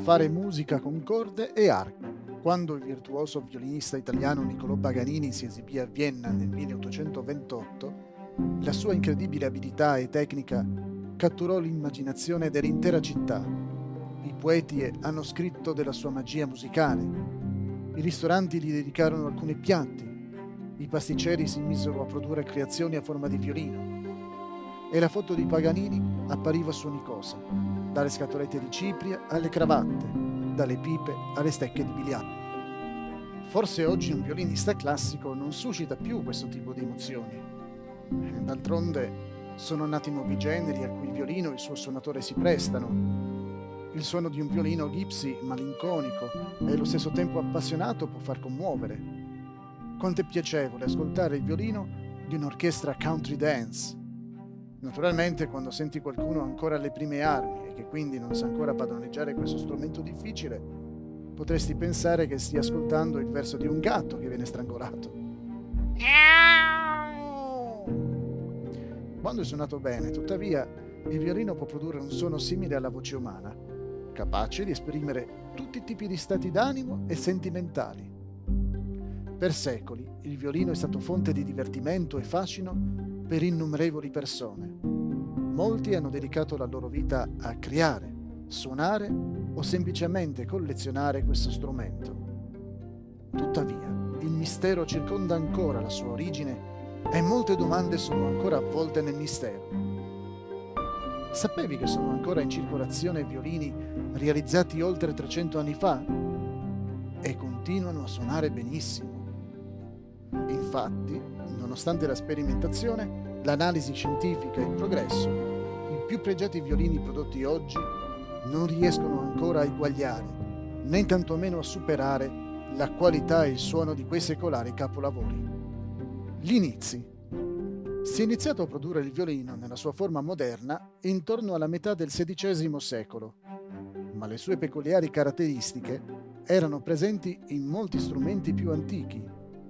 fare musica con corde e archi. Quando il virtuoso violinista italiano Niccolò Paganini si esibì a Vienna nel 1828, la sua incredibile abilità e tecnica catturò l'immaginazione dell'intera città. I poeti hanno scritto della sua magia musicale. I ristoranti gli dedicarono alcuni piatti. I pasticceri si misero a produrre creazioni a forma di violino. E la foto di Paganini appariva su ogni cosa, dalle scatolette di cipria alle cravatte, dalle pipe alle stecche di biliardo. Forse oggi un violinista classico non suscita più questo tipo di emozioni. D'altronde sono nati nuovi generi a cui il violino e il suo suonatore si prestano. Il suono di un violino gypsy malinconico e allo stesso tempo appassionato può far commuovere. Quanto è piacevole ascoltare il violino di un'orchestra country dance. Naturalmente, quando senti qualcuno ancora alle prime armi e che quindi non sa ancora padroneggiare questo strumento difficile, potresti pensare che stia ascoltando il verso di un gatto che viene strangolato. Quando è suonato bene, tuttavia, il violino può produrre un suono simile alla voce umana, capace di esprimere tutti i tipi di stati d'animo e sentimentali. Per secoli, il violino è stato fonte di divertimento e fascino per innumerevoli persone. Molti hanno dedicato la loro vita a creare, suonare o semplicemente collezionare questo strumento. Tuttavia, il mistero circonda ancora la sua origine e molte domande sono ancora avvolte nel mistero. Sapevi che sono ancora in circolazione violini realizzati oltre 300 anni fa? E continuano a suonare benissimo. Infatti, nonostante la sperimentazione, l'analisi scientifica e il progresso, i più pregiati violini prodotti oggi non riescono ancora a eguagliare, né tantomeno a superare la qualità e il suono di quei secolari capolavori. Gli inizi. Si è iniziato a produrre il violino nella sua forma moderna intorno alla metà del XVI secolo, ma le sue peculiari caratteristiche erano presenti in molti strumenti più antichi.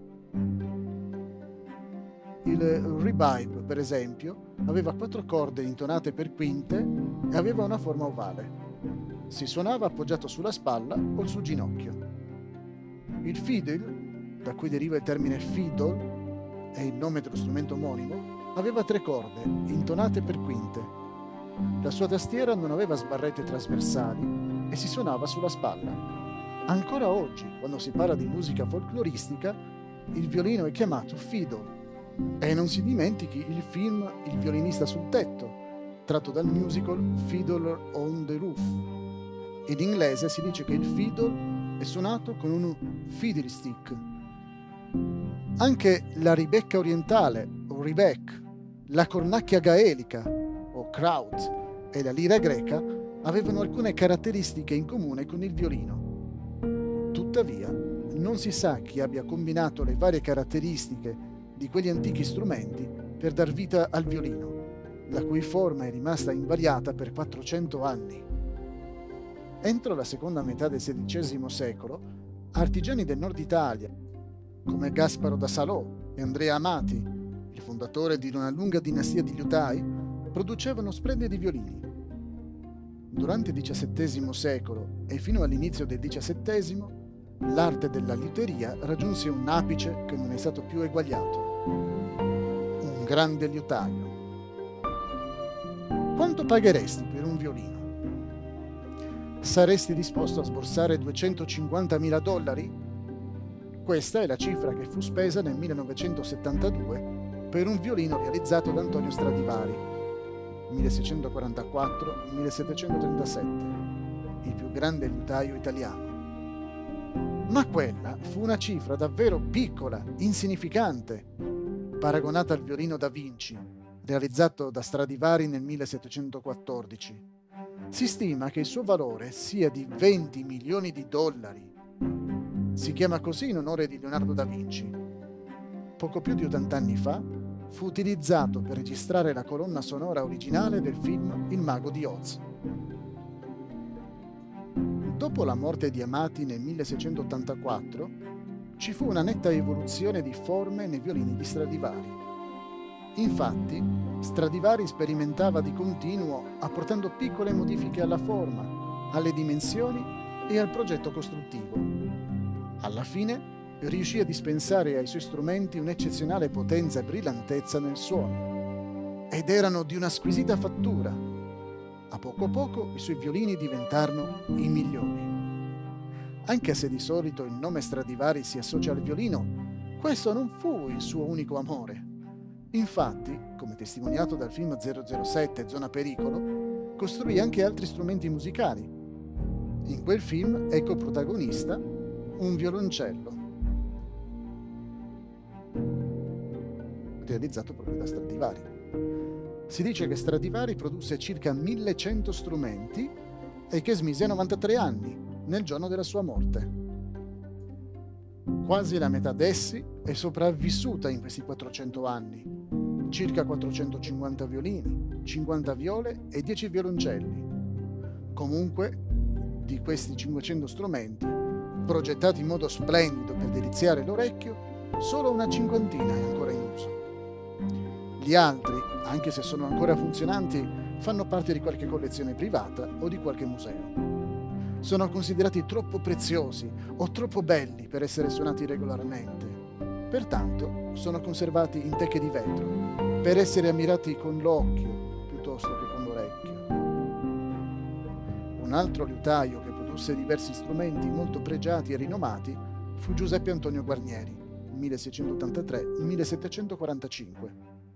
Il revive, per esempio, aveva 4 corde intonate per quinte e aveva una forma ovale. Si suonava appoggiato sulla spalla o sul ginocchio. Il fiddle, da cui deriva il termine fiddle, è il nome dello strumento omonimo, aveva 3 corde, intonate per quinte. La sua tastiera non aveva sbarrette trasversali e si suonava sulla spalla. Ancora oggi, quando si parla di musica folcloristica, il violino è chiamato fiddle. E non si dimentichi il film Il violinista sul tetto, tratto dal musical Fiddler on the Roof. In inglese si dice che il fiddle è suonato con un fiddlestick. Anche la ribecca orientale, o rebec, la cornacchia gaelica, o kraut, e la lira greca avevano alcune caratteristiche in comune con il violino. Tuttavia, non si sa chi abbia combinato le varie caratteristiche di quegli antichi strumenti per dar vita al violino, la cui forma è rimasta invariata per 400 anni. Entro la seconda metà del XVI secolo, artigiani del nord Italia, come Gasparo da Salò e Andrea Amati, il fondatore di una lunga dinastia di liutai, producevano splendidi violini. Durante il XVII secolo e fino all'inizio del XVII, l'arte della liuteria raggiunse un apice che non è stato più eguagliato. Un grande liutaio. Quanto pagheresti per un violino? Saresti disposto a sborsare $250.000? Questa è la cifra che fu spesa nel 1972 per un violino realizzato da Antonio Stradivari, 1644-1737, il più grande liutaio italiano. Ma quella fu una cifra davvero piccola, insignificante, paragonata al violino da Vinci, realizzato da Stradivari nel 1714. Si stima che il suo valore sia di $20 milioni. Si chiama così in onore di Leonardo da Vinci. Poco più di 80 anni fa fu utilizzato per registrare la colonna sonora originale del film Il Mago di Oz. Dopo la morte di Amati nel 1684, ci fu una netta evoluzione di forme nei violini di Stradivari. Infatti, Stradivari sperimentava di continuo apportando piccole modifiche alla forma, alle dimensioni e al progetto costruttivo. Alla fine riuscì a dispensare ai suoi strumenti un'eccezionale potenza e brillantezza nel suono, ed erano di una squisita fattura. A poco i suoi violini diventarono i migliori. Anche se di solito il nome Stradivari si associa al violino, questo non fu il suo unico amore. Infatti, come testimoniato dal film 007 Zona Pericolo, costruì anche altri strumenti musicali. In quel film è coprotagonista un violoncello, realizzato proprio da Stradivari. Si dice che Stradivari produsse circa 1100 strumenti e che smise a 93 anni, nel giorno della sua morte. Quasi la metà d'essi è sopravvissuta in questi 400 anni. Circa 450 violini, 50 viole e 10 violoncelli. Comunque, di questi 500 strumenti, progettati in modo splendido per deliziare l'orecchio, solo una cinquantina è ancora in uso. Gli altri, anche se sono ancora funzionanti, fanno parte di qualche collezione privata o di qualche museo. Sono considerati troppo preziosi o troppo belli per essere suonati regolarmente. Pertanto sono conservati in teche di vetro, per essere ammirati con l'occhio piuttosto che con l'orecchio. Un altro liutaio che produsse diversi strumenti molto pregiati e rinomati fu Giuseppe Antonio Guarnieri, 1683-1745.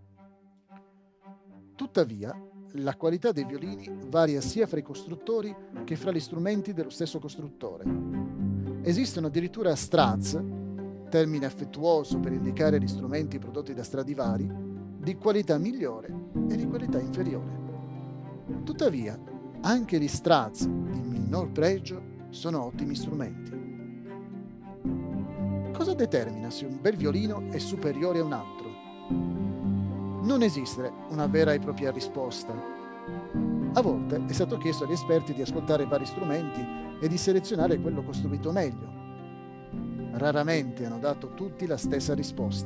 Tuttavia, la qualità dei violini varia sia fra i costruttori che fra gli strumenti dello stesso costruttore. Esistono addirittura Strats, termine affettuoso per indicare gli strumenti prodotti da Stradivari, di qualità migliore e di qualità inferiore. Tuttavia, anche gli Strats di minor pregio sono ottimi strumenti. Cosa determina se un bel violino è superiore a un altro? Non esiste una vera e propria risposta. A volte è stato chiesto agli esperti di ascoltare vari strumenti e di selezionare quello costruito meglio. Raramente hanno dato tutti la stessa risposta.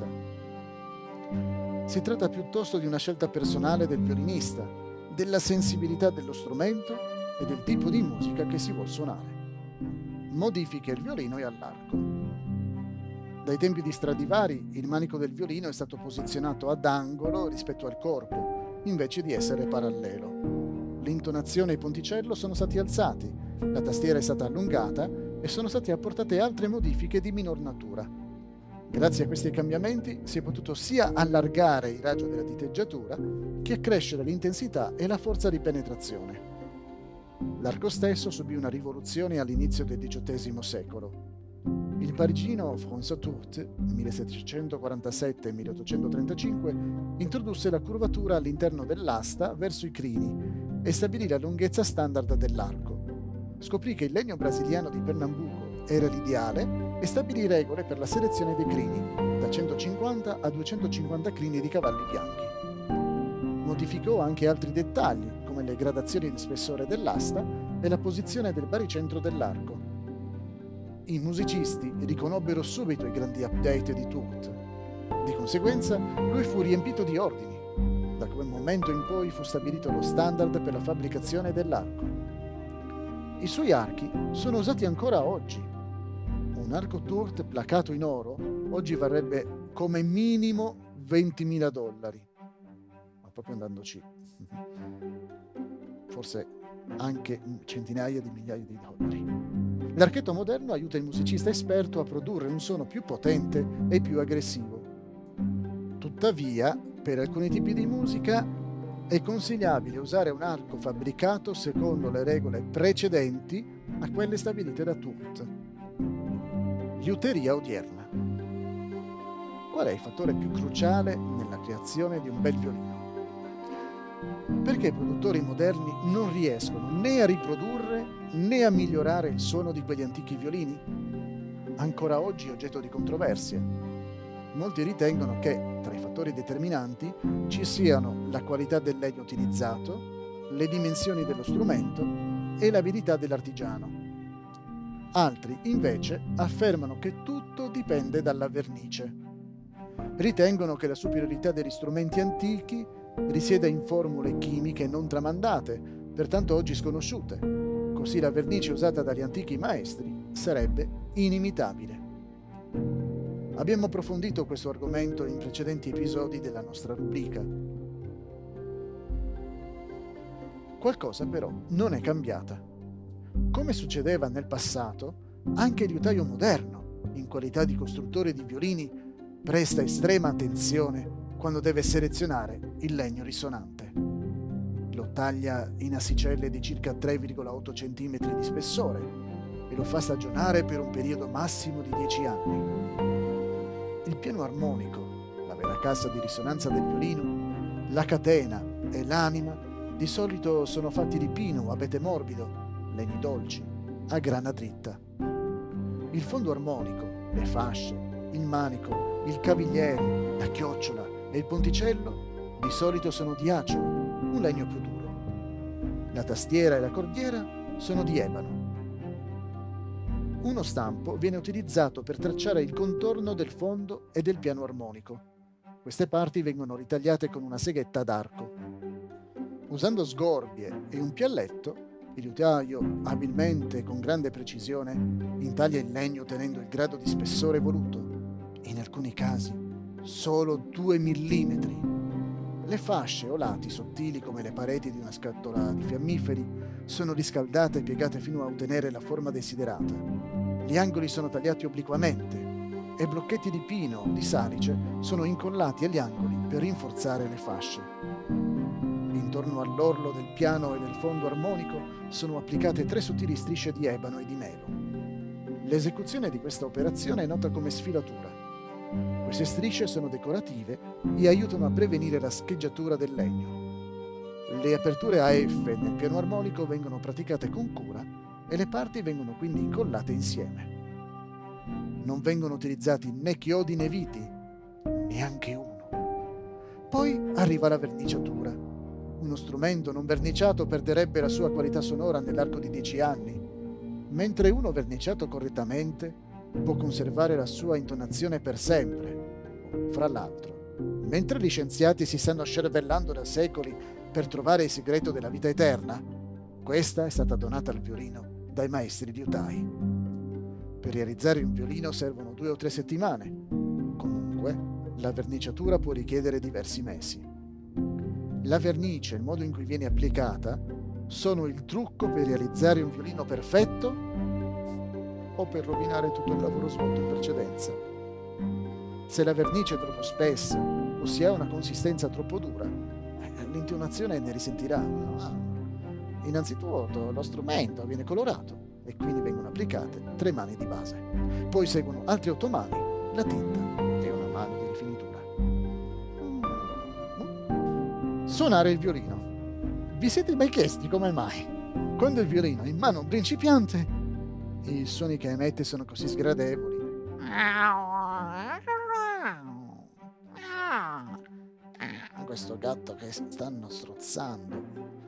Si tratta piuttosto di una scelta personale del violinista, della sensibilità dello strumento e del tipo di musica che si vuol suonare. Modifiche al violino e all'arco. Dai tempi di Stradivari il manico del violino è stato posizionato ad angolo rispetto al corpo, invece di essere parallelo. L'intonazione e il ponticello sono stati alzati, la tastiera è stata allungata e sono state apportate altre modifiche di minor natura. Grazie a questi cambiamenti si è potuto sia allargare il raggio della diteggiatura che accrescere l'intensità e la forza di penetrazione. L'arco stesso subì una rivoluzione all'inizio del XVIII secolo. Il parigino François Tourte, 1747-1835, introdusse la curvatura all'interno dell'asta verso i crini e stabilì la lunghezza standard dell'arco. Scoprì che il legno brasiliano di Pernambuco era l'ideale e stabilì regole per la selezione dei crini, da 150 a 250 crini di cavalli bianchi. Modificò anche altri dettagli, come le gradazioni di spessore dell'asta e la posizione del baricentro dell'arco. I musicisti riconobbero subito i grandi update di Tourte. Di conseguenza, lui fu riempito di ordini. Da quel momento in poi fu stabilito lo standard per la fabbricazione dell'arco. I suoi archi sono usati ancora oggi. Un arco Tourte placato in oro oggi varrebbe come minimo $20.000, ma proprio andandoci, forse anche centinaia di migliaia di dollari. L'archetto moderno aiuta il musicista esperto a produrre un suono più potente e più aggressivo. Tuttavia, per alcuni tipi di musica è consigliabile usare un arco fabbricato secondo le regole precedenti a quelle stabilite da Tourte. Liuteria odierna. Qual è il fattore più cruciale nella creazione di un bel violino? Perché i produttori moderni non riescono né a riprodurre né a migliorare il suono di quegli antichi violini? Ancora oggi è oggetto di controversia. Molti ritengono che, tra i fattori determinanti, ci siano la qualità del legno utilizzato, le dimensioni dello strumento e l'abilità dell'artigiano. Altri, invece, affermano che tutto dipende dalla vernice. Ritengono che la superiorità degli strumenti antichi risieda in formule chimiche non tramandate, pertanto oggi sconosciute, così la vernice usata dagli antichi maestri sarebbe inimitabile. Abbiamo approfondito questo argomento in precedenti episodi della nostra rubrica. Qualcosa però non è cambiata. Come succedeva nel passato, anche il liutaio moderno, in qualità di costruttore di violini, presta estrema attenzione quando deve selezionare il legno risonante. Lo taglia in asticelle di circa 3,8 cm di spessore e lo fa stagionare per un periodo massimo di 10 anni. Il piano armonico, la vera cassa di risonanza del violino, la catena e l'anima di solito sono fatti di pino o abete morbido, legni dolci, a grana dritta. Il fondo armonico, le fasce, il manico, il cavigliere, la chiocciola e il ponticello di solito sono di acero, un legno più duro. La tastiera e la cordiera sono di ebano. Uno stampo viene utilizzato per tracciare il contorno del fondo e del piano armonico. Queste parti vengono ritagliate con una seghetta ad arco. Usando sgorbie e un pialletto, il liutaio, abilmente e con grande precisione, intaglia il legno tenendo il grado di spessore voluto, in alcuni casi solo 2 mm. Le fasce o lati sottili come le pareti di una scatola di fiammiferi sono riscaldate e piegate fino a ottenere la forma desiderata. Gli angoli sono tagliati obliquamente e blocchetti di pino o di salice sono incollati agli angoli per rinforzare le fasce. Intorno all'orlo del piano e del fondo armonico sono applicate 3 sottili strisce di ebano e di melo. L'esecuzione di questa operazione è nota come sfilatura. Queste strisce sono decorative e aiutano a prevenire la scheggiatura del legno. Le aperture a F nel piano armonico vengono praticate con cura e le parti vengono quindi incollate insieme. Non vengono utilizzati né chiodi né viti, neanche uno. Poi arriva la verniciatura. Uno strumento non verniciato perderebbe la sua qualità sonora nell'arco di 10 anni, mentre uno verniciato correttamente può conservare la sua intonazione per sempre. Fra l'altro, mentre gli scienziati si stanno scervellando da secoli per trovare il segreto della vita eterna, questa è stata donata al violino dai maestri liutai. Per realizzare un violino servono 2 o 3 settimane. Comunque, la verniciatura può richiedere diversi mesi. La vernice e il modo in cui viene applicata sono il trucco per realizzare un violino perfetto o per rovinare tutto il lavoro svolto in precedenza. Se la vernice è troppo spessa o si ha una consistenza troppo dura, l'intonazione ne risentirà. Innanzitutto lo strumento viene colorato e quindi vengono applicate 3 mani di base. Poi seguono altre 8 mani, la tinta e una mano di rifinitura. Suonare il violino. Vi siete mai chiesti come mai, quando il violino è in mano a un principiante, i suoni che emette sono così sgradevoli? Questo gatto che stanno strozzando.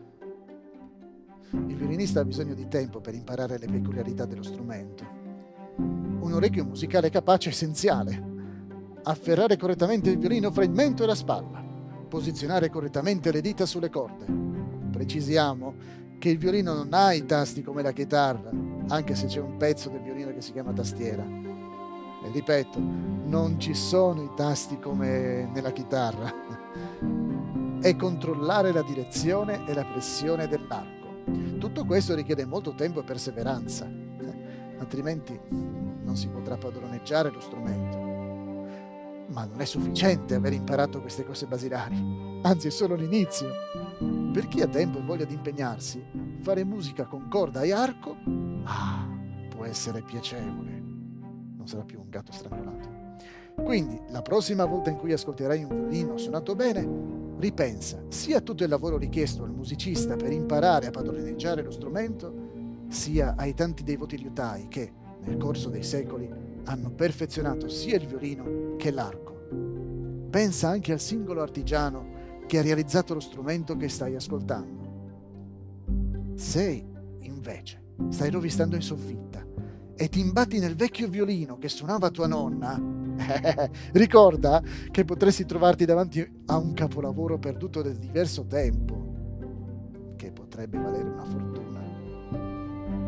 Il violinista ha bisogno di tempo per imparare le peculiarità dello strumento. Un orecchio musicale capace è essenziale. Afferrare correttamente il violino fra il mento e la spalla. Posizionare correttamente le dita sulle corde. Precisiamo che il violino non ha i tasti come la chitarra, anche se c'è un pezzo del violino che si chiama tastiera. E ripeto, non ci sono i tasti come nella chitarra. È controllare la direzione e la pressione dell'arco. Tutto questo richiede molto tempo e perseveranza, altrimenti non si potrà padroneggiare lo strumento. Ma non è sufficiente aver imparato queste cose basilari, anzi è solo l'inizio. Per chi ha tempo e voglia di impegnarsi, fare musica con corda e arco può essere piacevole. Non sarà più un gatto strangolato. Quindi, la prossima volta in cui ascolterai un violino suonato bene, ripensa sia a tutto il lavoro richiesto al musicista per imparare a padroneggiare lo strumento, sia ai tanti devoti liutai che, nel corso dei secoli, hanno perfezionato sia il violino che l'arco. Pensa anche al singolo artigiano che ha realizzato lo strumento che stai ascoltando. Se, invece, stai rovistando in soffitta e ti imbatti nel vecchio violino che suonava tua nonna, ricorda che potresti trovarti davanti a un capolavoro perduto da diverso tempo, che potrebbe valere una fortuna.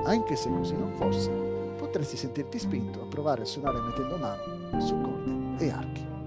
anche se così non fosse, potresti sentirti spinto a provare a suonare mettendo mano su corde e archi.